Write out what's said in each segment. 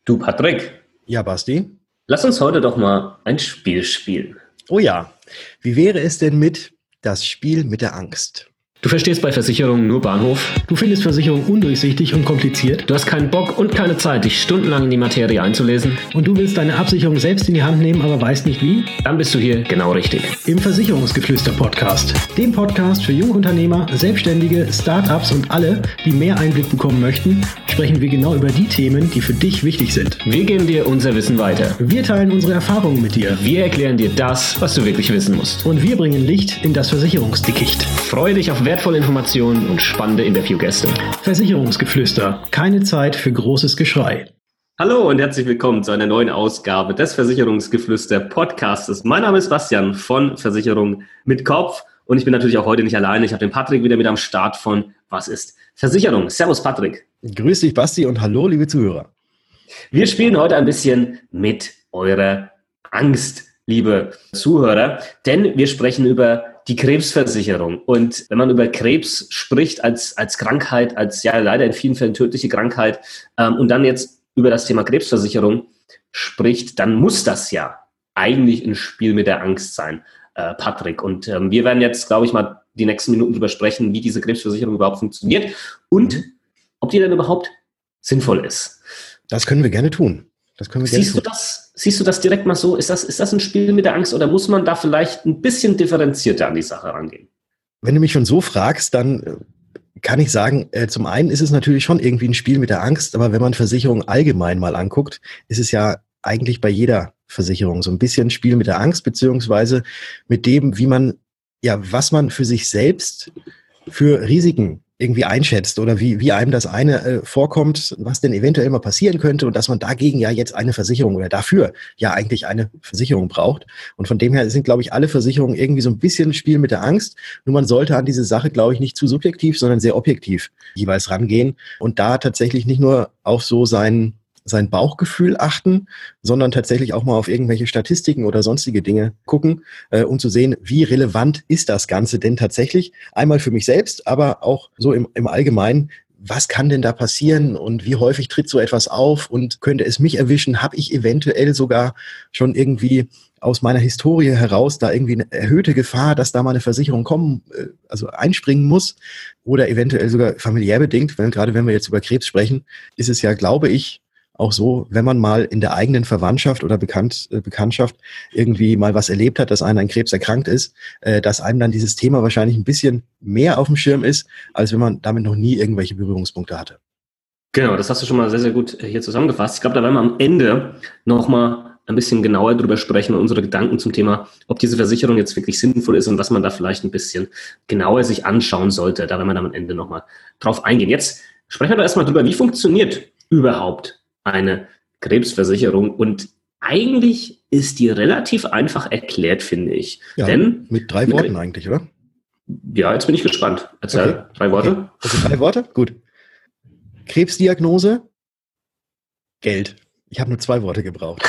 Du Patrick, Ja, Basti? lass uns heute doch mal ein Spiel spielen. Oh ja, wie wäre es denn mit das Spiel mit der Angst? Du verstehst bei Versicherungen nur Bahnhof. Du findest Versicherungen undurchsichtig und kompliziert. Du hast keinen Bock und keine Zeit, dich stundenlang in die Materie einzulesen. Und du willst deine Absicherung selbst in die Hand nehmen, aber weißt nicht wie? Dann bist du hier genau richtig. Im Versicherungsgeflüster-Podcast. Dem Podcast für Jungunternehmer, Selbstständige, Startups und alle, die mehr Einblick bekommen möchten, sprechen wir genau über die Themen, die für dich wichtig sind. Wir geben dir unser Wissen weiter. Wir teilen unsere Erfahrungen mit dir. Wir erklären dir das, was du wirklich wissen musst. Und wir bringen Licht in das Versicherungsdickicht. Freue dich auf wertvolle Informationen und spannende Interviewgäste. Versicherungsgeflüster. Keine Zeit für großes Geschrei. Hallo und herzlich willkommen zu einer neuen Ausgabe des Versicherungsgeflüster Podcasts. Mein Name ist Bastian von Versicherung mit Kopf und ich bin natürlich auch heute nicht alleine. Ich habe den Patrick wieder mit am Start von Was ist Versicherung? Servus Patrick. Grüß dich, Basti, und hallo, liebe Zuhörer. Wir spielen heute ein bisschen mit eurer Angst, liebe Zuhörer, denn wir sprechen über die Krebsversicherung. Und wenn man über Krebs spricht als Krankheit, als ja leider in vielen Fällen tödliche Krankheit und dann jetzt über das Thema Krebsversicherung spricht, dann muss das ja eigentlich ein Spiel mit der Angst sein, Patrick. Und wir werden jetzt, glaube ich, mal die nächsten Minuten darüber sprechen, wie diese Krebsversicherung überhaupt funktioniert und ob die denn überhaupt sinnvoll ist. Das können wir gerne tun. Siehst du das direkt mal so? Ist das ein Spiel mit der Angst oder muss man da vielleicht ein bisschen differenzierter an die Sache rangehen? Wenn du mich schon so fragst, dann kann ich sagen, zum einen ist es natürlich schon irgendwie ein Spiel mit der Angst, aber wenn man Versicherungen allgemein mal anguckt, ist es ja eigentlich bei jeder Versicherung so ein bisschen Spiel mit der Angst, beziehungsweise mit dem, was man für sich selbst für Risiken irgendwie einschätzt oder wie einem das eine vorkommt, was denn eventuell mal passieren könnte und dass man dagegen ja jetzt eine Versicherung oder dafür ja eigentlich eine Versicherung braucht. Und von dem her sind, glaube ich, alle Versicherungen irgendwie so ein bisschen Spiel mit der Angst. Nur man sollte an diese Sache, glaube ich, nicht zu subjektiv, sondern sehr objektiv jeweils rangehen und da tatsächlich nicht nur auf so sein Bauchgefühl achten, sondern tatsächlich auch mal auf irgendwelche Statistiken oder sonstige Dinge gucken, um zu sehen, wie relevant ist das Ganze denn tatsächlich, einmal für mich selbst, aber auch so im Allgemeinen, was kann denn da passieren und wie häufig tritt so etwas auf und könnte es mich erwischen, habe ich eventuell sogar schon irgendwie aus meiner Historie heraus da irgendwie eine erhöhte Gefahr, dass da mal eine Versicherung einspringen muss oder eventuell sogar familiär bedingt, weil gerade wenn wir jetzt über Krebs sprechen, ist es ja, glaube ich, auch so, wenn man mal in der eigenen Verwandtschaft oder Bekanntschaft irgendwie mal was erlebt hat, dass einer an Krebs erkrankt ist, dass einem dann dieses Thema wahrscheinlich ein bisschen mehr auf dem Schirm ist, als wenn man damit noch nie irgendwelche Berührungspunkte hatte. Genau, das hast du schon mal sehr, sehr gut hier zusammengefasst. Ich glaube, da werden wir am Ende nochmal ein bisschen genauer drüber sprechen und unsere Gedanken zum Thema, ob diese Versicherung jetzt wirklich sinnvoll ist und was man da vielleicht ein bisschen genauer sich anschauen sollte. Da werden wir dann am Ende nochmal drauf eingehen. Jetzt sprechen wir doch erstmal drüber, wie funktioniert überhaupt eine Krebsversicherung und eigentlich ist die relativ einfach erklärt, finde ich. Ja, denn mit 3 Worten eigentlich, oder? Ja, jetzt bin ich gespannt. Erzähl, okay. 3 Worte. Okay. Also 3 Worte? Gut. Krebsdiagnose, Geld. Ich habe nur 2 Worte gebraucht.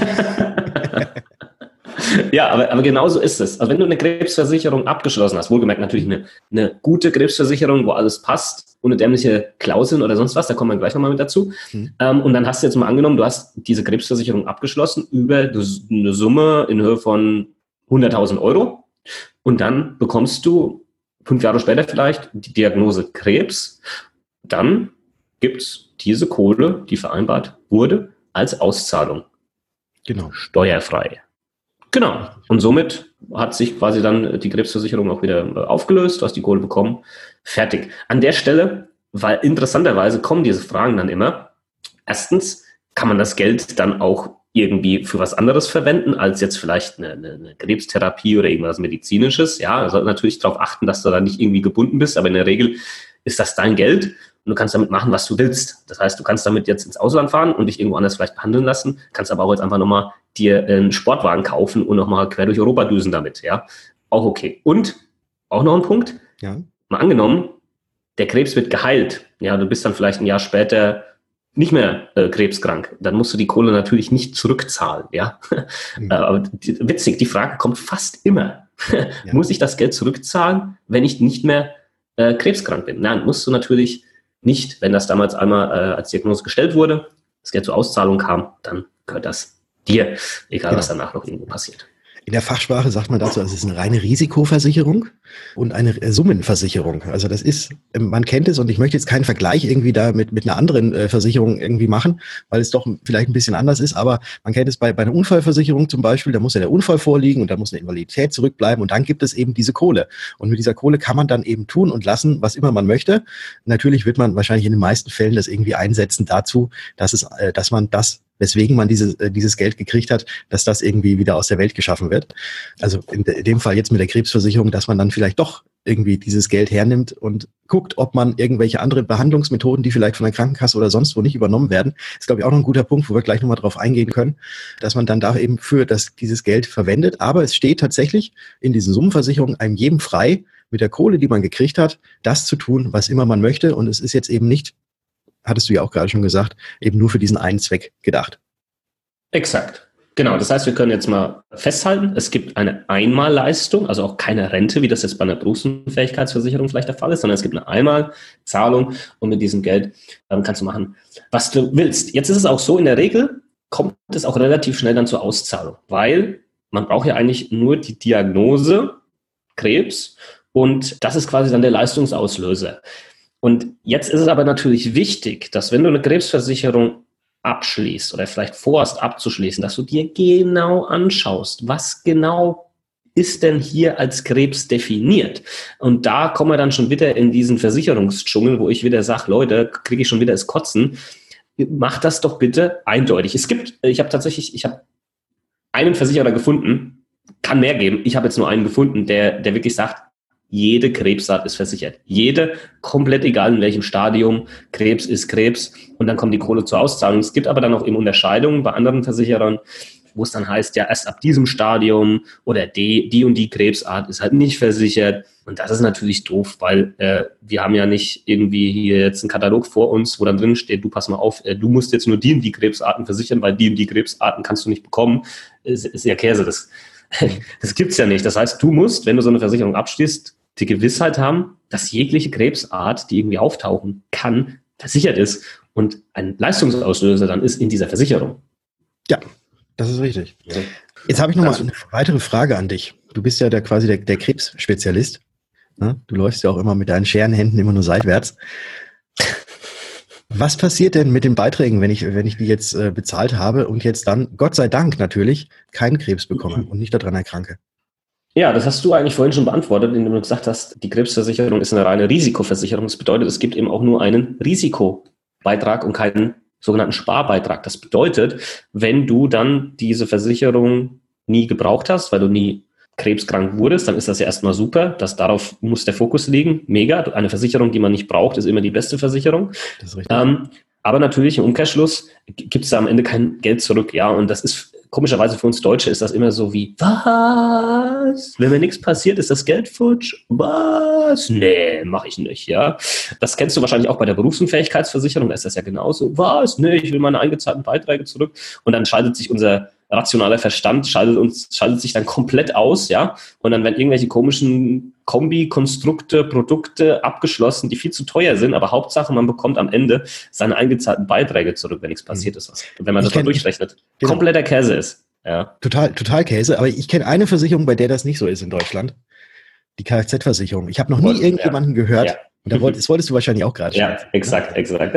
Ja, aber genau so ist es. Also wenn du eine Krebsversicherung abgeschlossen hast, wohlgemerkt natürlich eine gute Krebsversicherung, wo alles passt, ohne dämliche Klauseln oder sonst was, da kommen wir gleich nochmal mit dazu. Und dann hast du jetzt mal angenommen, du hast diese Krebsversicherung abgeschlossen über eine Summe in Höhe von 100.000 Euro und dann bekommst du 5 Jahre später vielleicht die Diagnose Krebs, dann gibt's diese Kohle, die vereinbart wurde, als Auszahlung. Genau. Steuerfrei. Genau. Und somit hat sich quasi dann die Krebsversicherung auch wieder aufgelöst, du hast die Kohle bekommen, fertig. An der Stelle, weil interessanterweise kommen diese Fragen dann immer. Erstens, kann man das Geld dann auch irgendwie für was anderes verwenden, als jetzt vielleicht eine Krebstherapie oder irgendwas Medizinisches? Ja, also natürlich darauf achten, dass du da nicht irgendwie gebunden bist, aber in der Regel ist das dein Geld und du kannst damit machen, was du willst. Das heißt, du kannst damit jetzt ins Ausland fahren und dich irgendwo anders vielleicht behandeln lassen, kannst aber auch jetzt einfach nochmal dir einen Sportwagen kaufen und nochmal quer durch Europa düsen damit, ja. Auch okay. Und auch noch ein Punkt, ja. Mal angenommen, der Krebs wird geheilt, ja, du bist dann vielleicht ein Jahr später nicht mehr krebskrank, dann musst du die Kohle natürlich nicht zurückzahlen, ja. Aber witzig, die Frage kommt fast immer. Ja. Muss ich das Geld zurückzahlen, wenn ich nicht mehr krebskrank bin? Nein, musst du natürlich nicht, wenn das damals einmal als Diagnose gestellt wurde, das Geld zur Auszahlung kam, dann gehört das dir, egal was danach noch irgendwo passiert. In der Fachsprache sagt man dazu, es ist eine reine Risikoversicherung und eine Summenversicherung. Also das ist, man kennt es, und ich möchte jetzt keinen Vergleich irgendwie da mit einer anderen Versicherung irgendwie machen, weil es doch vielleicht ein bisschen anders ist, aber man kennt es bei einer Unfallversicherung zum Beispiel, da muss ja der Unfall vorliegen und da muss eine Invalidität zurückbleiben und dann gibt es eben diese Kohle. Und mit dieser Kohle kann man dann eben tun und lassen, was immer man möchte. Natürlich wird man wahrscheinlich in den meisten Fällen das irgendwie einsetzen dazu, dass man das, weswegen man dieses Geld gekriegt hat, dass das irgendwie wieder aus der Welt geschaffen wird. Also in dem Fall jetzt mit der Krebsversicherung, dass man dann vielleicht doch irgendwie dieses Geld hernimmt und guckt, ob man irgendwelche andere Behandlungsmethoden, die vielleicht von der Krankenkasse oder sonst wo nicht übernommen werden, ist, glaube ich, auch noch ein guter Punkt, wo wir gleich nochmal drauf eingehen können, dass man dann da eben für dieses Geld verwendet. Aber es steht tatsächlich in diesen Summenversicherungen einem jedem frei, mit der Kohle, die man gekriegt hat, das zu tun, was immer man möchte. Und es ist jetzt eben nicht, hattest du ja auch gerade schon gesagt, eben nur für diesen einen Zweck gedacht. Exakt. Genau, das heißt, wir können jetzt mal festhalten, es gibt eine Einmalleistung, also auch keine Rente, wie das jetzt bei einer Berufsunfähigkeitsversicherung vielleicht der Fall ist, sondern es gibt eine Einmalzahlung und mit diesem Geld kannst du machen, was du willst. Jetzt ist es auch so, in der Regel kommt es auch relativ schnell dann zur Auszahlung, weil man braucht ja eigentlich nur die Diagnose Krebs und das ist quasi dann der Leistungsauslöser. Und jetzt ist es aber natürlich wichtig, dass wenn du eine Krebsversicherung abschließt oder vielleicht vorhast abzuschließen, dass du dir genau anschaust, was genau ist denn hier als Krebs definiert. Und da kommen wir dann schon wieder in diesen Versicherungsdschungel, wo ich wieder sage, Leute, kriege ich schon wieder das Kotzen. Macht das doch bitte eindeutig. Ich habe einen Versicherer gefunden, kann mehr geben. Ich habe jetzt nur einen gefunden, der wirklich sagt, jede Krebsart ist versichert. Jede, komplett egal in welchem Stadium, Krebs ist Krebs und dann kommt die Kohle zur Auszahlung. Es gibt aber dann auch eben Unterscheidungen bei anderen Versicherern, wo es dann heißt, ja, erst ab diesem Stadium oder die und die Krebsart ist halt nicht versichert. Und das ist natürlich doof, weil wir haben ja nicht irgendwie hier jetzt einen Katalog vor uns, wo dann drin steht, du pass mal auf, du musst jetzt nur die und die Krebsarten versichern, weil die und die Krebsarten kannst du nicht bekommen. Ist ja Käse, das gibt's ja nicht. Das heißt, du musst, wenn du so eine Versicherung abschließt, die Gewissheit haben, dass jegliche Krebsart, die irgendwie auftauchen kann, versichert ist und ein Leistungsauslöser dann ist in dieser Versicherung. Ja, das ist richtig. Jetzt habe ich noch mal eine weitere Frage an dich. Du bist ja quasi der Krebsspezialist. Ne? Du läufst ja auch immer mit deinen Scherenhänden immer nur seitwärts. Was passiert denn mit den Beiträgen, wenn ich die jetzt bezahlt habe und jetzt dann, Gott sei Dank natürlich, keinen Krebs bekomme und nicht daran erkranke? Ja, das hast du eigentlich vorhin schon beantwortet, indem du gesagt hast, die Krebsversicherung ist eine reine Risikoversicherung. Das bedeutet, es gibt eben auch nur einen Risikobeitrag und keinen sogenannten Sparbeitrag. Das bedeutet, wenn du dann diese Versicherung nie gebraucht hast, weil du nie krebskrank wurdest, dann ist das ja erstmal super. Darauf muss der Fokus liegen. Mega. Eine Versicherung, die man nicht braucht, ist immer die beste Versicherung. Das ist richtig. Aber natürlich im Umkehrschluss gibt es da am Ende kein Geld zurück. Ja, und das ist komischerweise für uns Deutsche ist das immer so wie, was? Wenn mir nichts passiert, ist das Geld futsch? Was? Nee, mache ich nicht, ja. Das kennst du wahrscheinlich auch bei der Berufsunfähigkeitsversicherung, da ist das ja genauso. Was? Nee, ich will meine eingezahlten Beiträge zurück. Und dann schaltet sich unser rationaler Verstand, schaltet sich dann komplett aus, ja. Und dann werden irgendwelche komischen Kombi-Konstrukte, Produkte abgeschlossen, die viel zu teuer sind, aber Hauptsache, man bekommt am Ende seine eingezahlten Beiträge zurück, wenn nichts passiert ist. Wenn man das mal durchrechnet. Genau. Kompletter Käse ist. Ja. Total Käse, aber ich kenne eine Versicherung, bei der das nicht so ist in Deutschland. Die Kfz-Versicherung. Ich habe noch nie irgendjemanden gehört, und das wolltest du wahrscheinlich auch gerade schon. Ja, exakt.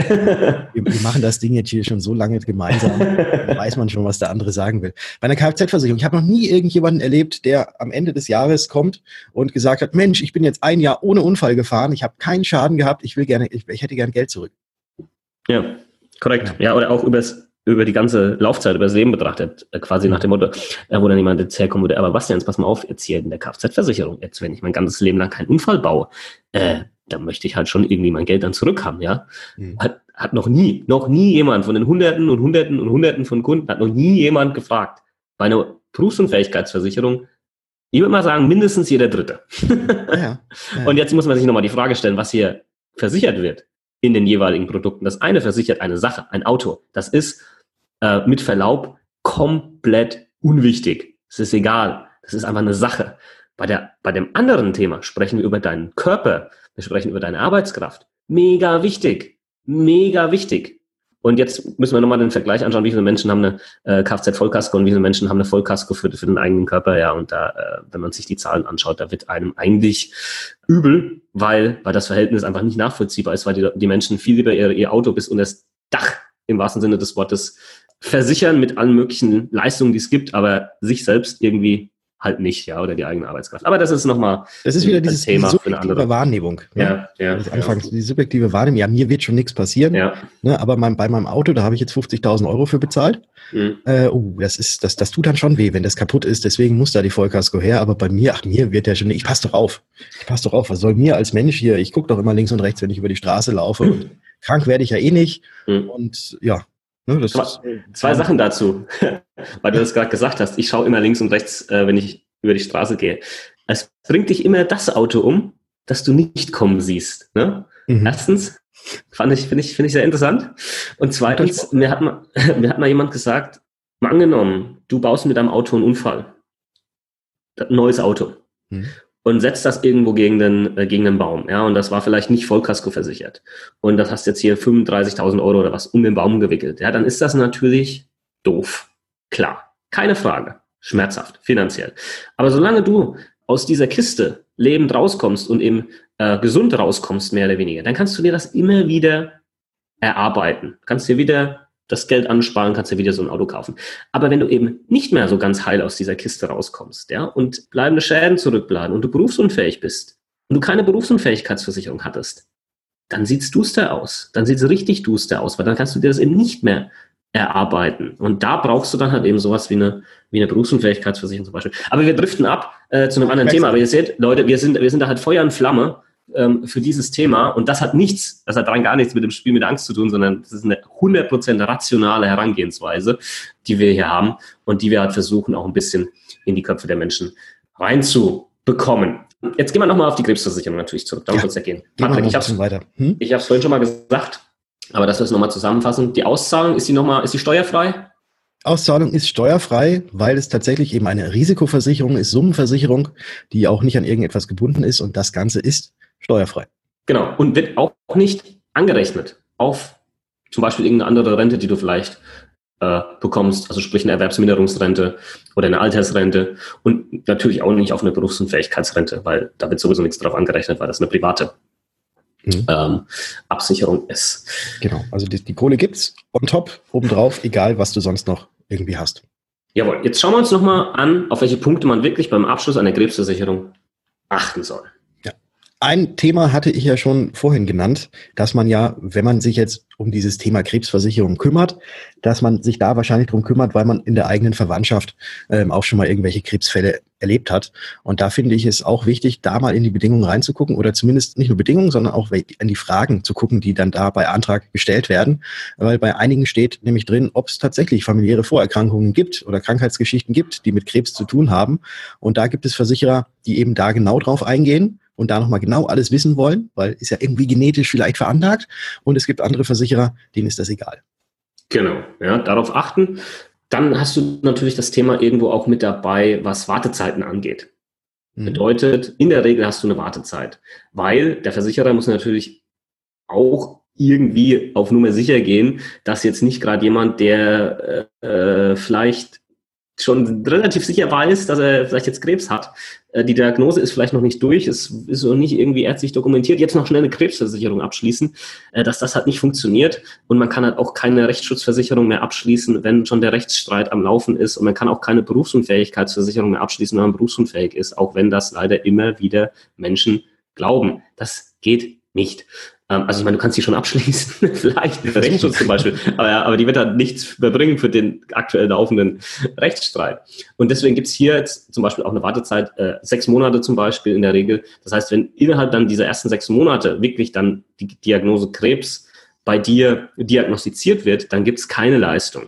Wir machen das Ding jetzt hier schon so lange gemeinsam, da weiß man schon, was der andere sagen will. Bei einer Kfz-Versicherung, ich habe noch nie irgendjemanden erlebt, der am Ende des Jahres kommt und gesagt hat, Mensch, ich bin jetzt ein Jahr ohne Unfall gefahren, ich habe keinen Schaden gehabt, ich hätte gern Geld zurück. Ja, korrekt. Ja, oder auch über die ganze Laufzeit, über das Leben betrachtet, quasi nach dem Motto, wo dann jemand jetzt herkommen würde, aber Bastian, pass mal auf, jetzt hier in der Kfz-Versicherung, jetzt, wenn ich mein ganzes Leben lang keinen Unfall baue, dann möchte ich halt schon irgendwie mein Geld dann zurückhaben, ja. Hat noch nie jemand von den Hunderten von Kunden, hat noch nie jemand gefragt. Bei einer Berufsunfähigkeitsversicherung, ich würde mal sagen, mindestens jeder Dritte. Ja. Und jetzt muss man sich nochmal die Frage stellen, was hier versichert wird in den jeweiligen Produkten. Das eine versichert eine Sache, ein Auto. Das ist mit Verlaub komplett unwichtig. Es ist egal. Das ist einfach eine Sache. Bei dem anderen Thema sprechen wir über deinen Körper. Wir sprechen über deine Arbeitskraft. Mega wichtig. Und jetzt müssen wir nochmal den Vergleich anschauen, wie viele Menschen haben eine Kfz-Vollkasko und wie viele Menschen haben eine Vollkasko für den eigenen Körper. Ja, und da, wenn man sich die Zahlen anschaut, da wird einem eigentlich übel, weil das Verhältnis einfach nicht nachvollziehbar ist, weil die Menschen viel lieber ihr Auto bis unter das Dach im wahrsten Sinne des Wortes versichern mit allen möglichen Leistungen, die es gibt, aber sich selbst irgendwie halt nicht, ja, oder die eigene Arbeitskraft. Aber das ist nochmal das ist wieder dieses Thema die subjektive Wahrnehmung. Ne? Ja. Anfangs die subjektive Wahrnehmung, ja, mir wird schon nichts passieren, ne, aber bei meinem Auto, da habe ich jetzt 50.000 Euro für bezahlt. Das tut dann schon weh, wenn das kaputt ist, deswegen muss da die Vollkasko her, aber bei mir, mir wird ja schon, ich passe doch auf, was soll mir als Mensch hier, ich gucke doch immer links und rechts, wenn ich über die Straße laufe und krank werde ich ja eh nicht und ja. Ne, zwei Sachen dazu, weil du das gerade gesagt hast. Ich schaue immer links und rechts, wenn ich über die Straße gehe. Es bringt dich immer das Auto um, das du nicht kommen siehst. Ne? Erstens, finde ich sehr interessant. Und zweitens, mir hat mal jemand gesagt, mal angenommen, du baust mit deinem Auto einen Unfall. Ein neues Auto. Und setzt das irgendwo gegen den Baum. Ja, und das war vielleicht nicht Vollkasko versichert. Und das hast jetzt hier 35.000 Euro oder was um den Baum gewickelt. Ja, dann ist das natürlich doof. Klar. Keine Frage. Schmerzhaft. Finanziell. Aber solange du aus dieser Kiste lebend rauskommst und eben gesund rauskommst, mehr oder weniger, dann kannst du dir das immer wieder erarbeiten. Kannst dir wieder das Geld ansparen, kannst dir wieder so ein Auto kaufen. Aber wenn du eben nicht mehr so ganz heil aus dieser Kiste rauskommst, ja, und bleibende Schäden zurückbleiben und du berufsunfähig bist und du keine Berufsunfähigkeitsversicherung hattest, dann sieht's duster aus. Dann sieht's richtig duster aus, weil dann kannst du dir das eben nicht mehr erarbeiten. Und da brauchst du dann halt eben sowas wie eine Berufsunfähigkeitsversicherung zum Beispiel. Aber wir driften ab zu einem anderen Thema. Aber ihr seht, Leute, wir sind da halt Feuer und Flamme für dieses Thema. Und das hat daran gar nichts mit dem Spiel mit der Angst zu tun, sondern das ist eine 100% rationale Herangehensweise, die wir hier haben und die wir halt versuchen, auch ein bisschen in die Köpfe der Menschen reinzubekommen. Jetzt gehen wir nochmal auf die Krebsversicherung natürlich zurück. Darum soll es ja gehen. Patrick, ich habe es vorhin schon mal gesagt, aber dass wir es nochmal zusammenfassen. Die Auszahlung, ist die steuerfrei? Auszahlung ist steuerfrei, weil es tatsächlich eben eine Risikoversicherung ist, Summenversicherung, die auch nicht an irgendetwas gebunden ist und das Ganze ist steuerfrei. Genau. Und wird auch nicht angerechnet auf zum Beispiel irgendeine andere Rente, die du vielleicht bekommst, also sprich eine Erwerbsminderungsrente oder eine Altersrente und natürlich auch nicht auf eine Berufsunfähigkeitsrente, weil da wird sowieso nichts drauf angerechnet, weil das eine private Absicherung ist. Genau, also die Kohle gibt's on top, obendrauf, egal was du sonst noch irgendwie hast. Jawohl, jetzt schauen wir uns nochmal an, auf welche Punkte man wirklich beim Abschluss einer Krebsversicherung achten soll. Ja. Ein Thema hatte ich ja schon vorhin genannt, dass man ja, wenn man sich jetzt um dieses Thema Krebsversicherung kümmert, dass man sich da wahrscheinlich drum kümmert, weil man in der eigenen Verwandtschaft auch schon mal irgendwelche Krebsfälle erlebt hat. Und da finde ich es auch wichtig, da mal in die Bedingungen reinzugucken oder zumindest nicht nur Bedingungen, sondern auch in die Fragen zu gucken, die dann da bei Antrag gestellt werden. Weil bei einigen steht nämlich drin, ob es tatsächlich familiäre Vorerkrankungen gibt oder Krankheitsgeschichten gibt, die mit Krebs zu tun haben. Und da gibt es Versicherer, die eben da genau drauf eingehen und da nochmal genau alles wissen wollen, weil ist ja irgendwie genetisch vielleicht veranlagt. Und es gibt andere Versicherer, denen ist das egal. Genau, ja, darauf achten. Dann hast du natürlich das Thema irgendwo auch mit dabei, was Wartezeiten angeht. Bedeutet, in der Regel hast du eine Wartezeit, weil der Versicherer muss natürlich auch irgendwie auf Nummer sicher gehen, dass jetzt nicht gerade jemand, der vielleicht schon relativ sicher weiß, dass er vielleicht jetzt Krebs hat. Die Diagnose ist vielleicht noch nicht durch, es ist noch nicht irgendwie ärztlich dokumentiert, jetzt noch schnell eine Krebsversicherung abschließen, dass das halt nicht funktioniert und man kann halt auch keine Rechtsschutzversicherung mehr abschließen, wenn schon der Rechtsstreit am Laufen ist und man kann auch keine Berufsunfähigkeitsversicherung mehr abschließen, wenn man berufsunfähig ist, auch wenn das leider immer wieder Menschen glauben. Das geht nicht. Also ich meine, du kannst die schon abschließen, vielleicht mit Rechtsschutz zum Beispiel, aber die wird halt nichts verbringen für den aktuell laufenden Rechtsstreit. Und deswegen gibt's hier jetzt zum Beispiel auch eine Wartezeit, 6 Monate zum Beispiel in der Regel. Das heißt, wenn innerhalb dann dieser ersten 6 Monate wirklich dann die Diagnose Krebs bei dir diagnostiziert wird, dann gibt's keine Leistung.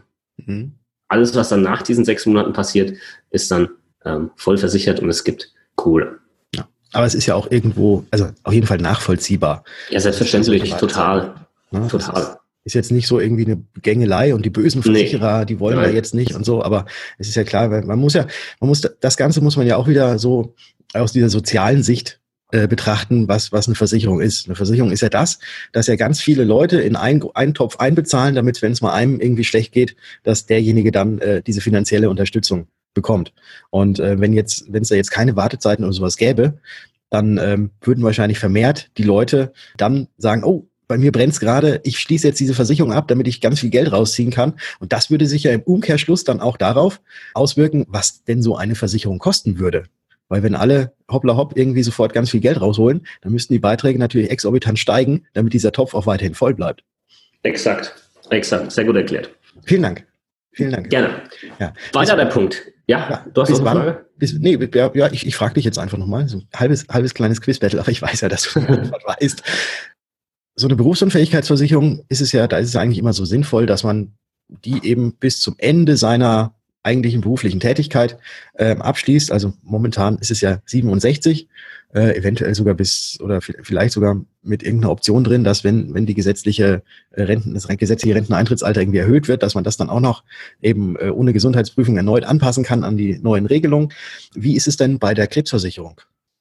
Alles, was dann nach diesen 6 Monaten passiert, ist dann voll versichert und es gibt Kohle. Aber es ist ja auch irgendwo, also auf jeden Fall nachvollziehbar. Ja, selbstverständlich, total. Ja, total. Ist jetzt nicht so irgendwie eine Gängelei und die bösen Versicherer, die wollen da jetzt nicht und so, aber es ist ja klar, weil das Ganze muss man ja auch wieder so aus dieser sozialen Sicht betrachten, was eine Versicherung ist. Eine Versicherung ist ja das, dass ja ganz viele Leute in einen Topf einbezahlen, damit, wenn es mal einem irgendwie schlecht geht, dass derjenige dann diese finanzielle Unterstützung bekommt. Und wenn es da jetzt keine Wartezeiten oder sowas gäbe, dann würden wahrscheinlich vermehrt die Leute dann sagen, oh, bei mir brennt's gerade, ich schließe jetzt diese Versicherung ab, damit ich ganz viel Geld rausziehen kann. Und das würde sich ja im Umkehrschluss dann auch darauf auswirken, was denn so eine Versicherung kosten würde. Weil wenn alle hoppla hopp irgendwie sofort ganz viel Geld rausholen, dann müssten die Beiträge natürlich exorbitant steigen, damit dieser Topf auch weiterhin voll bleibt. Exakt. Sehr gut erklärt. Vielen Dank. Gerne. Ja. Weiter der Punkt. Ja, du hast noch eine Frage? Ich frage dich jetzt einfach nochmal. So ein halbes kleines Quizbattle, aber ich weiß ja, dass du die Antwort weißt. So eine Berufsunfähigkeitsversicherung da ist es eigentlich immer so sinnvoll, dass man die eben bis zum Ende seiner eigentlichen beruflichen Tätigkeit abschließt. Also momentan ist es ja 67, eventuell sogar vielleicht sogar mit irgendeiner Option drin, dass wenn die das gesetzliche Renteneintrittsalter irgendwie erhöht wird, dass man das dann auch noch eben ohne Gesundheitsprüfung erneut anpassen kann an die neuen Regelungen. Wie ist es denn bei der Krebsversicherung?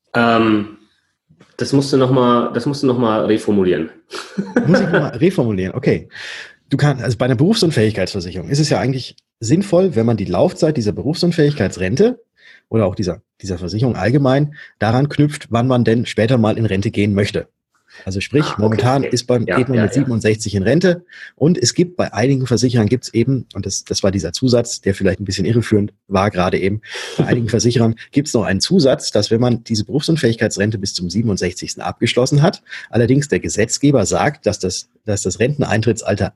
Das musst du noch mal reformulieren. Muss ich nochmal reformulieren? Okay. Also bei einer Berufsunfähigkeitsversicherung ist es ja eigentlich sinnvoll, wenn man die Laufzeit dieser Berufsunfähigkeitsrente oder auch dieser Versicherung allgemein daran knüpft, wann man denn später mal in Rente gehen möchte. Also sprich, momentan geht man mit 67 in Rente und es gibt bei einigen Versicherern gibt's eben, und das war dieser Zusatz, der vielleicht ein bisschen irreführend war gerade eben, bei einigen Versicherern gibt's noch einen Zusatz, dass wenn man diese Berufsunfähigkeitsrente bis zum 67. abgeschlossen hat, allerdings der Gesetzgeber sagt, dass das Renteneintrittsalter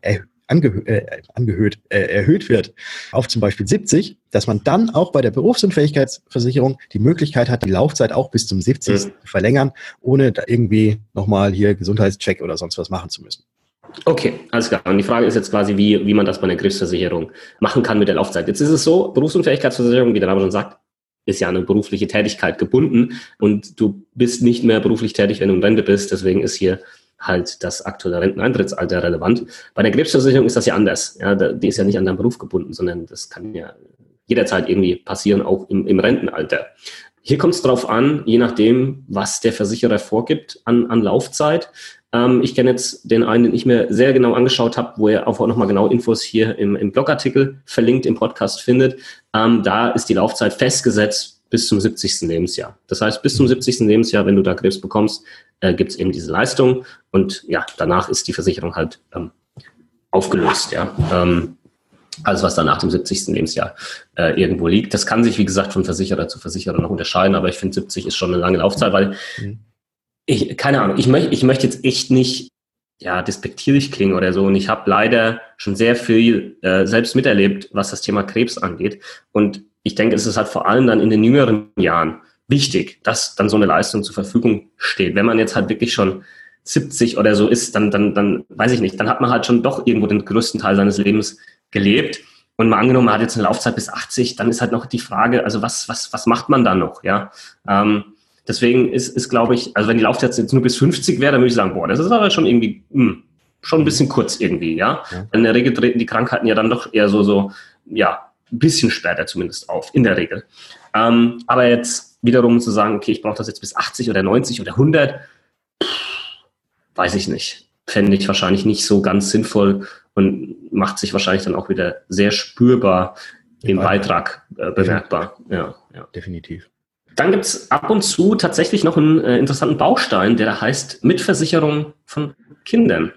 erhöht wird auf zum Beispiel 70, dass man dann auch bei der Berufsunfähigkeitsversicherung die Möglichkeit hat, die Laufzeit auch bis zum 70. zu verlängern, ohne da irgendwie nochmal hier Gesundheitscheck oder sonst was machen zu müssen. Okay, alles klar. Und die Frage ist jetzt quasi, wie man das bei einer Krebsversicherung machen kann mit der Laufzeit. Jetzt ist es so, Berufsunfähigkeitsversicherung, wie der Name schon sagt, ist ja an eine berufliche Tätigkeit gebunden und du bist nicht mehr beruflich tätig, wenn du in Rente bist. Deswegen ist hier halt das aktuelle Renteneintrittsalter relevant. Bei der Krebsversicherung ist das ja anders. Ja, die ist ja nicht an deinen Beruf gebunden, sondern das kann ja jederzeit irgendwie passieren, auch im Rentenalter. Hier kommt es drauf an, je nachdem, was der Versicherer vorgibt an Laufzeit. Ich kenne jetzt den einen, den ich mir sehr genau angeschaut habe, wo er auch nochmal genau Infos hier im Blogartikel verlinkt im Podcast findet. Da ist die Laufzeit festgesetzt bis zum 70. Lebensjahr. Das heißt, bis zum 70. Lebensjahr, wenn du da Krebs bekommst, gibt es eben diese Leistung und ja, danach ist die Versicherung halt aufgelöst. Ja. Alles, was dann nach dem 70. Lebensjahr irgendwo liegt. Das kann sich, wie gesagt, von Versicherer zu Versicherer noch unterscheiden, aber ich finde 70 ist schon eine lange Laufzeit, weil keine Ahnung, ich möchte jetzt echt nicht despektierlich klingen oder so und ich habe leider schon sehr viel selbst miterlebt, was das Thema Krebs angeht und ich denke, es ist halt vor allem dann in den jüngeren Jahren wichtig, dass dann so eine Leistung zur Verfügung steht. Wenn man jetzt halt wirklich schon 70 oder so ist, dann weiß ich nicht, dann hat man halt schon doch irgendwo den größten Teil seines Lebens gelebt. Und mal angenommen, man hat jetzt eine Laufzeit bis 80, dann ist halt noch die Frage, also was macht man dann noch? Ja, deswegen ist glaube ich, also wenn die Laufzeit jetzt nur bis 50 wäre, dann würde ich sagen, das ist aber schon irgendwie schon ein bisschen kurz irgendwie, ja. In der Regel treten die Krankheiten ja dann doch eher so ein bisschen später zumindest auf, in der Regel. Aber jetzt wiederum zu sagen, okay, ich brauche das jetzt bis 80 oder 90 oder 100, weiß ich nicht. Fände ich wahrscheinlich nicht so ganz sinnvoll und macht sich wahrscheinlich dann auch wieder sehr spürbar im Beitrag bemerkbar. Ja, definitiv. Dann gibt es ab und zu tatsächlich noch einen interessanten Baustein, der da heißt Mitversicherung von Kindern.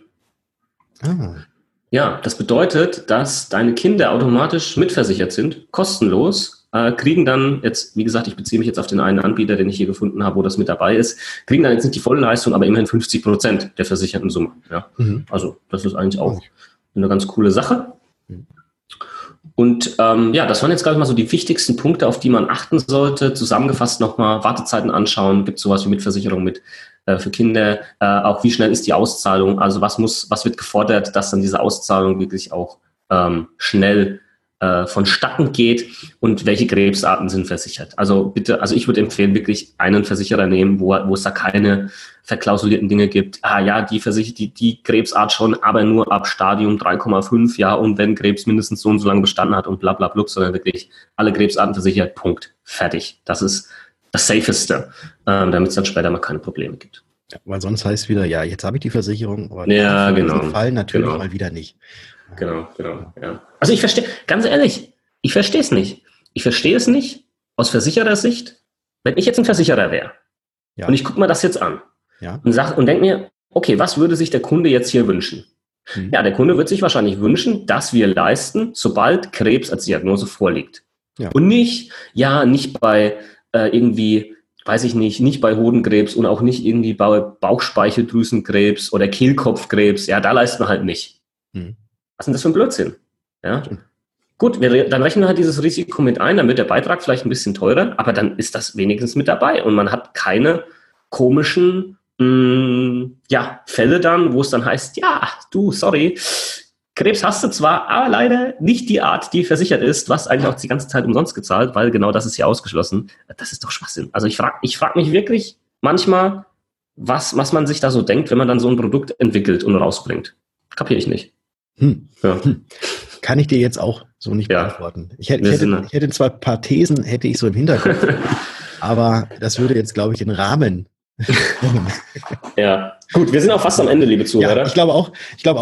Ja, das bedeutet, dass deine Kinder automatisch mitversichert sind, kostenlos, kriegen dann jetzt, wie gesagt, ich beziehe mich jetzt auf den einen Anbieter, den ich hier gefunden habe, wo das mit dabei ist, kriegen dann jetzt nicht die volle Leistung, aber immerhin 50% der versicherten Summe. Ja? Also das ist eigentlich auch eine ganz coole Sache. Und das waren jetzt, glaube ich, mal so die wichtigsten Punkte, auf die man achten sollte. Zusammengefasst nochmal Wartezeiten anschauen, gibt es sowas wie Mitversicherung für Kinder, auch wie schnell ist die Auszahlung, also was wird gefordert, dass dann diese Auszahlung wirklich auch schnell vonstatten geht und welche Krebsarten sind versichert. Also ich würde empfehlen, wirklich einen Versicherer nehmen, wo es da keine verklausulierten Dinge gibt. Die versichert die Krebsart schon, aber nur ab Stadium 3,5, ja, und wenn Krebs mindestens so und so lange bestanden hat und bla bla bla, sondern wirklich alle Krebsarten versichert, Punkt, fertig. Das ist das Safeste, damit es dann später mal keine Probleme gibt. Ja, weil sonst heißt es wieder, ja, jetzt habe ich die Versicherung, aber ja, in genau, diesem Fall natürlich genau. mal wieder nicht. Genau, ja. Also ich verstehe, ganz ehrlich, ich verstehe es nicht. Ich verstehe es nicht aus Versicherersicht, wenn ich jetzt ein Versicherer wäre und ich gucke mir das jetzt an und denke mir, okay, was würde sich der Kunde jetzt hier wünschen? Ja, der Kunde wird sich wahrscheinlich wünschen, dass wir leisten, sobald Krebs als Diagnose vorliegt. Ja. Und nicht bei irgendwie, weiß ich nicht bei Hodenkrebs und auch nicht irgendwie bei Bauchspeicheldrüsenkrebs oder Kehlkopfkrebs. Ja, da leisten wir halt nicht. Was ist denn das für ein Blödsinn? Ja. Gut, dann rechnen wir halt dieses Risiko mit ein, dann wird der Beitrag vielleicht ein bisschen teurer, aber dann ist das wenigstens mit dabei und man hat keine komischen Fälle dann, wo es dann heißt, ja, du, sorry, Krebs hast du zwar, aber leider nicht die Art, die versichert ist. Du hast eigentlich auch die ganze Zeit umsonst gezahlt, weil genau das ist hier ausgeschlossen. Das ist doch Schwachsinn. Also ich frag mich wirklich manchmal, was man sich da so denkt, wenn man dann so ein Produkt entwickelt und rausbringt. Kapiere ich nicht. Kann ich dir jetzt auch so nicht beantworten. Ich hätte zwar ein paar Thesen, hätte ich so im Hinterkopf, aber das würde jetzt, glaube ich, den Rahmen. Ja, gut, wir sind auch fast am Ende, liebe Zuhörer. Ja, ich glaube auch.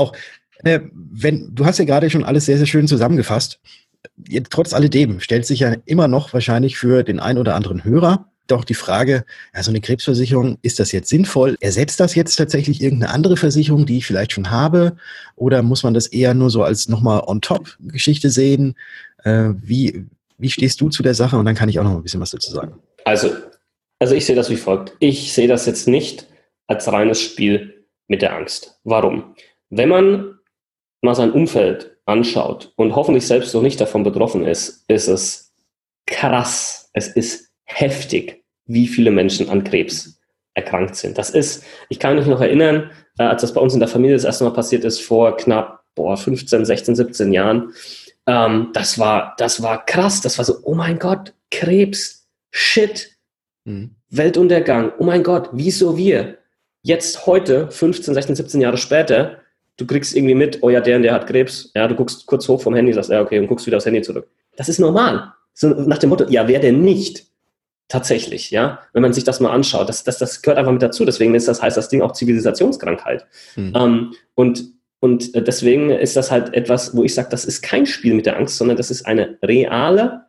Du hast ja gerade schon alles sehr, sehr schön zusammengefasst. Jetzt, trotz alledem stellt sich ja immer noch wahrscheinlich für den einen oder anderen Hörer doch die Frage, so eine Krebsversicherung, ist das jetzt sinnvoll? Ersetzt das jetzt tatsächlich irgendeine andere Versicherung, die ich vielleicht schon habe? Oder muss man das eher nur so als nochmal on-top-Geschichte sehen? Wie stehst du zu der Sache? Und dann kann ich auch noch ein bisschen was dazu sagen. Also ich sehe das wie folgt. Ich sehe das jetzt nicht als reines Spiel mit der Angst. Warum? Wenn man mal sein Umfeld anschaut und hoffentlich selbst noch nicht davon betroffen ist, ist es krass. Es ist heftig, wie viele Menschen an Krebs erkrankt sind. Ich kann mich noch erinnern, als das bei uns in der Familie das erste Mal passiert ist, vor knapp 15, 16, 17 Jahren. Das war krass. Das war so, oh mein Gott, Krebs, shit. Weltuntergang, oh mein Gott, wieso wir? Jetzt heute, 15, 16, 17 Jahre später, du kriegst irgendwie mit, oh ja, der und der hat Krebs, ja, du guckst kurz hoch vom Handy, sagst, ja, okay, und guckst wieder aufs Handy zurück. Das ist normal. So nach dem Motto, ja, wer denn nicht? Tatsächlich, ja, wenn man sich das mal anschaut, das gehört einfach mit dazu, deswegen heißt das Ding auch Zivilisationskrankheit. Und deswegen ist das halt etwas, wo ich sage, das ist kein Spiel mit der Angst, sondern das ist eine reale,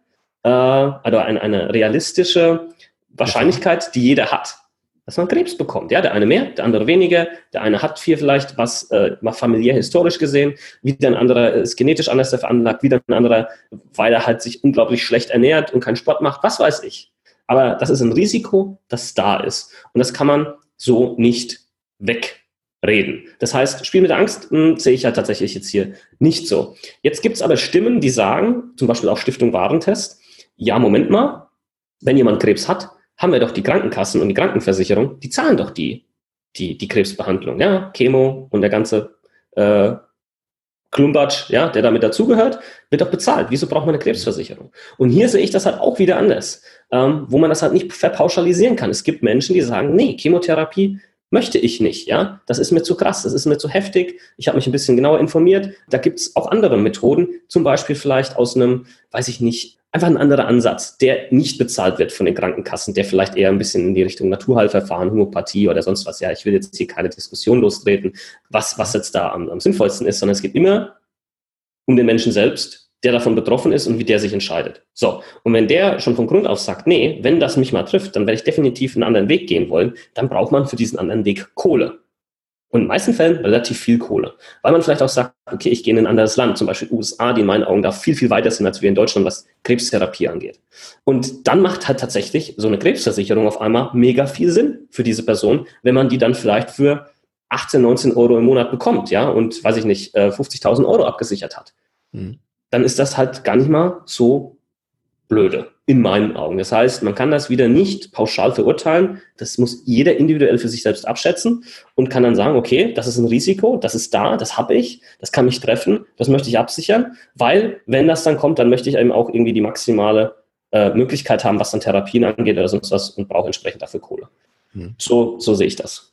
eine realistische Wahrscheinlichkeit, die jeder hat, dass man Krebs bekommt. Ja, der eine mehr, der andere weniger. Der eine hat vielleicht was mal familiär historisch gesehen, wieder ein anderer ist genetisch anders veranlagt, wieder ein anderer, weil er halt sich unglaublich schlecht ernährt und keinen Sport macht, was weiß ich. Aber das ist ein Risiko, das da ist. Und das kann man so nicht wegreden. Das heißt, Spiel mit der Angst sehe ich ja tatsächlich jetzt hier nicht so. Jetzt gibt es aber Stimmen, die sagen, zum Beispiel auch Stiftung Warentest, ja, Moment mal, wenn jemand Krebs hat, haben wir doch die Krankenkassen und die Krankenversicherung, die zahlen doch die Krebsbehandlung, ja, Chemo und der ganze Klumpatsch, ja, der damit dazugehört, wird doch bezahlt. Wieso braucht man eine Krebsversicherung? Und hier sehe ich das halt auch wieder anders, wo man das halt nicht verpauschalisieren kann. Es gibt Menschen, die sagen, nee, Chemotherapie möchte ich nicht, ja, das ist mir zu krass, das ist mir zu heftig, ich habe mich ein bisschen genauer informiert, da gibt es auch andere Methoden, zum Beispiel vielleicht aus einem, weiß ich nicht, einfach ein anderer Ansatz, der nicht bezahlt wird von den Krankenkassen, der vielleicht eher ein bisschen in die Richtung Naturheilverfahren, Homöopathie oder sonst was. Ja, ich will jetzt hier keine Diskussion lostreten, was jetzt da am sinnvollsten ist, sondern es geht immer um den Menschen selbst, der davon betroffen ist und wie der sich entscheidet. So, und wenn der schon von Grund auf sagt, nee, wenn das mich mal trifft, dann werde ich definitiv einen anderen Weg gehen wollen, dann braucht man für diesen anderen Weg Kohle. Und in den meisten Fällen relativ viel Kohle. Weil man vielleicht auch sagt, okay, ich gehe in ein anderes Land, zum Beispiel USA, die in meinen Augen da viel, viel weiter sind als wir in Deutschland, was Krebstherapie angeht. Und dann macht halt tatsächlich so eine Krebsversicherung auf einmal mega viel Sinn für diese Person, wenn man die dann vielleicht für 18, 19 Euro im Monat bekommt, ja, und, weiß ich nicht, 50.000 Euro abgesichert hat. Dann ist das halt gar nicht mal so blöde, in meinen Augen. Das heißt, man kann das wieder nicht pauschal verurteilen. Das muss jeder individuell für sich selbst abschätzen und kann dann sagen, okay, das ist ein Risiko, das ist da, das habe ich, das kann mich treffen, das möchte ich absichern, weil, wenn das dann kommt, dann möchte ich eben auch irgendwie die maximale Möglichkeit haben, was dann Therapien angeht oder sonst was und brauche entsprechend dafür Kohle. So sehe ich das.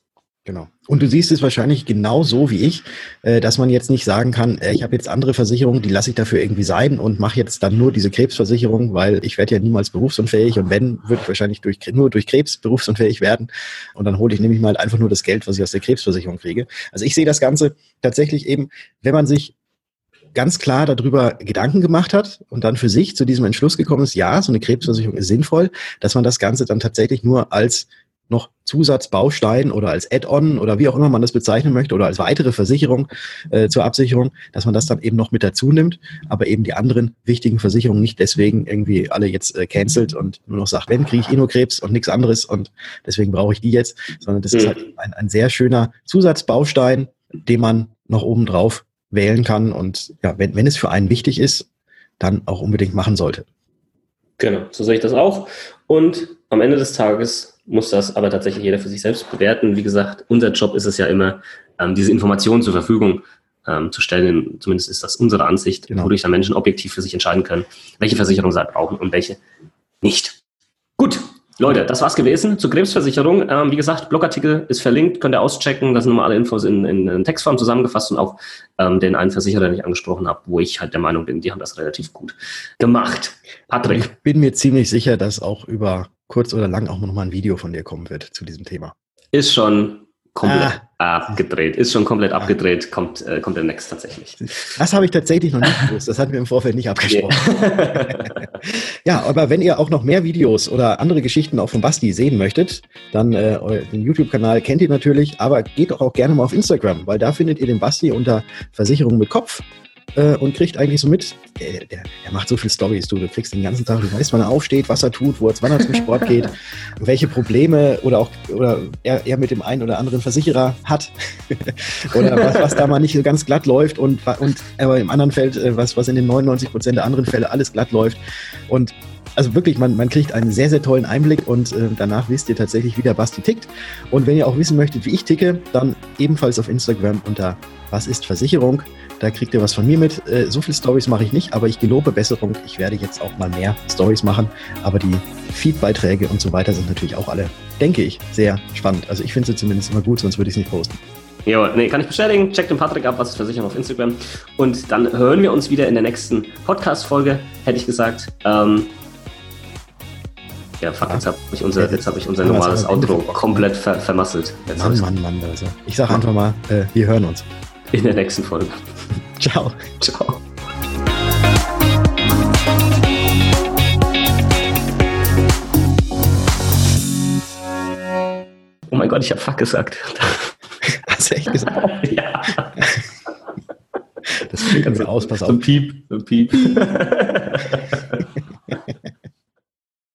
Genau. Und du siehst es wahrscheinlich genauso wie ich, dass man jetzt nicht sagen kann, ich habe jetzt andere Versicherungen, die lasse ich dafür irgendwie sein und mache jetzt dann nur diese Krebsversicherung, weil ich werde ja niemals berufsunfähig und wenn, würde ich wahrscheinlich nur durch Krebs berufsunfähig werden und dann hole ich nämlich mal einfach nur das Geld, was ich aus der Krebsversicherung kriege. Also ich sehe das Ganze tatsächlich eben, wenn man sich ganz klar darüber Gedanken gemacht hat und dann für sich zu diesem Entschluss gekommen ist, ja, so eine Krebsversicherung ist sinnvoll, dass man das Ganze dann tatsächlich nur als noch Zusatzbaustein oder als Add-on oder wie auch immer man das bezeichnen möchte oder als weitere Versicherung zur Absicherung, dass man das dann eben noch mit dazu nimmt, aber eben die anderen wichtigen Versicherungen nicht deswegen irgendwie alle jetzt cancelt und nur noch sagt, wenn, kriege ich nur Krebs und nichts anderes und deswegen brauche ich die jetzt, sondern das ist halt ein sehr schöner Zusatzbaustein, den man noch oben drauf wählen kann und ja, wenn es für einen wichtig ist, dann auch unbedingt machen sollte. Genau, so sehe ich das auch. Und am Ende des Tages muss das aber tatsächlich jeder für sich selbst bewerten. Wie gesagt, unser Job ist es ja immer, diese Informationen zur Verfügung zu stellen. Zumindest ist das unsere Ansicht, wodurch dann Menschen objektiv für sich entscheiden können, welche Versicherung sie brauchen und welche nicht. Gut, Leute, das war's gewesen zur Krebsversicherung. Wie gesagt, Blogartikel ist verlinkt, könnt ihr auschecken. Da sind nochmal alle Infos in Textform zusammengefasst und auch den einen Versicherer, den ich angesprochen habe, wo ich halt der Meinung bin, die haben das relativ gut gemacht. Patrick. Ich bin mir ziemlich sicher, dass auch über kurz oder lang auch nochmal ein Video von dir kommen wird zu diesem Thema. Ist schon komplett abgedreht. Ist schon komplett abgedreht. Kommt demnächst tatsächlich. Das habe ich tatsächlich noch nicht gewusst. Das hatten wir im Vorfeld nicht abgesprochen. Ja, aber wenn ihr auch noch mehr Videos oder andere Geschichten auch von Basti sehen möchtet, dann den YouTube-Kanal kennt ihr natürlich, aber geht doch auch gerne mal auf Instagram, weil da findet ihr den Basti unter Versicherung mit Kopf. Und kriegt eigentlich so mit, der macht so viel Storys, du kriegst den ganzen Tag, du weißt, wann er aufsteht, was er tut, wann er zum Sport geht, welche Probleme oder er mit dem einen oder anderen Versicherer hat oder was da mal nicht so ganz glatt läuft und aber im anderen Feld, was in den 99% der anderen Fälle alles glatt läuft und also wirklich, man kriegt einen sehr, sehr tollen Einblick und danach wisst ihr tatsächlich, wie der Basti tickt. Und wenn ihr auch wissen möchtet, wie ich ticke, dann ebenfalls auf Instagram unter Was ist Versicherung? Da kriegt ihr was von mir mit. So viele Storys mache ich nicht, aber ich gelobe Besserung. Ich werde jetzt auch mal mehr Storys machen. Aber die Feedbeiträge und so weiter sind natürlich auch alle, denke ich, sehr spannend. Also ich finde sie zumindest immer gut, sonst würde ich es nicht posten. Ja, nee, kann ich bestätigen. Checkt den Patrick ab, was ist Versicherung auf Instagram. Und dann hören wir uns wieder in der nächsten Podcast-Folge, hätte ich gesagt. Ja, fuck, jetzt habe ich unser normales Outro komplett vermasselt. Mann. Also ich sage einfach mal, wir hören uns. In der nächsten Folge. Ciao. Ciao. Oh mein Gott, ich habe fuck gesagt. Hast du echt gesagt? Ja. Das fliegt mir aus, pass auf. So ein Piep.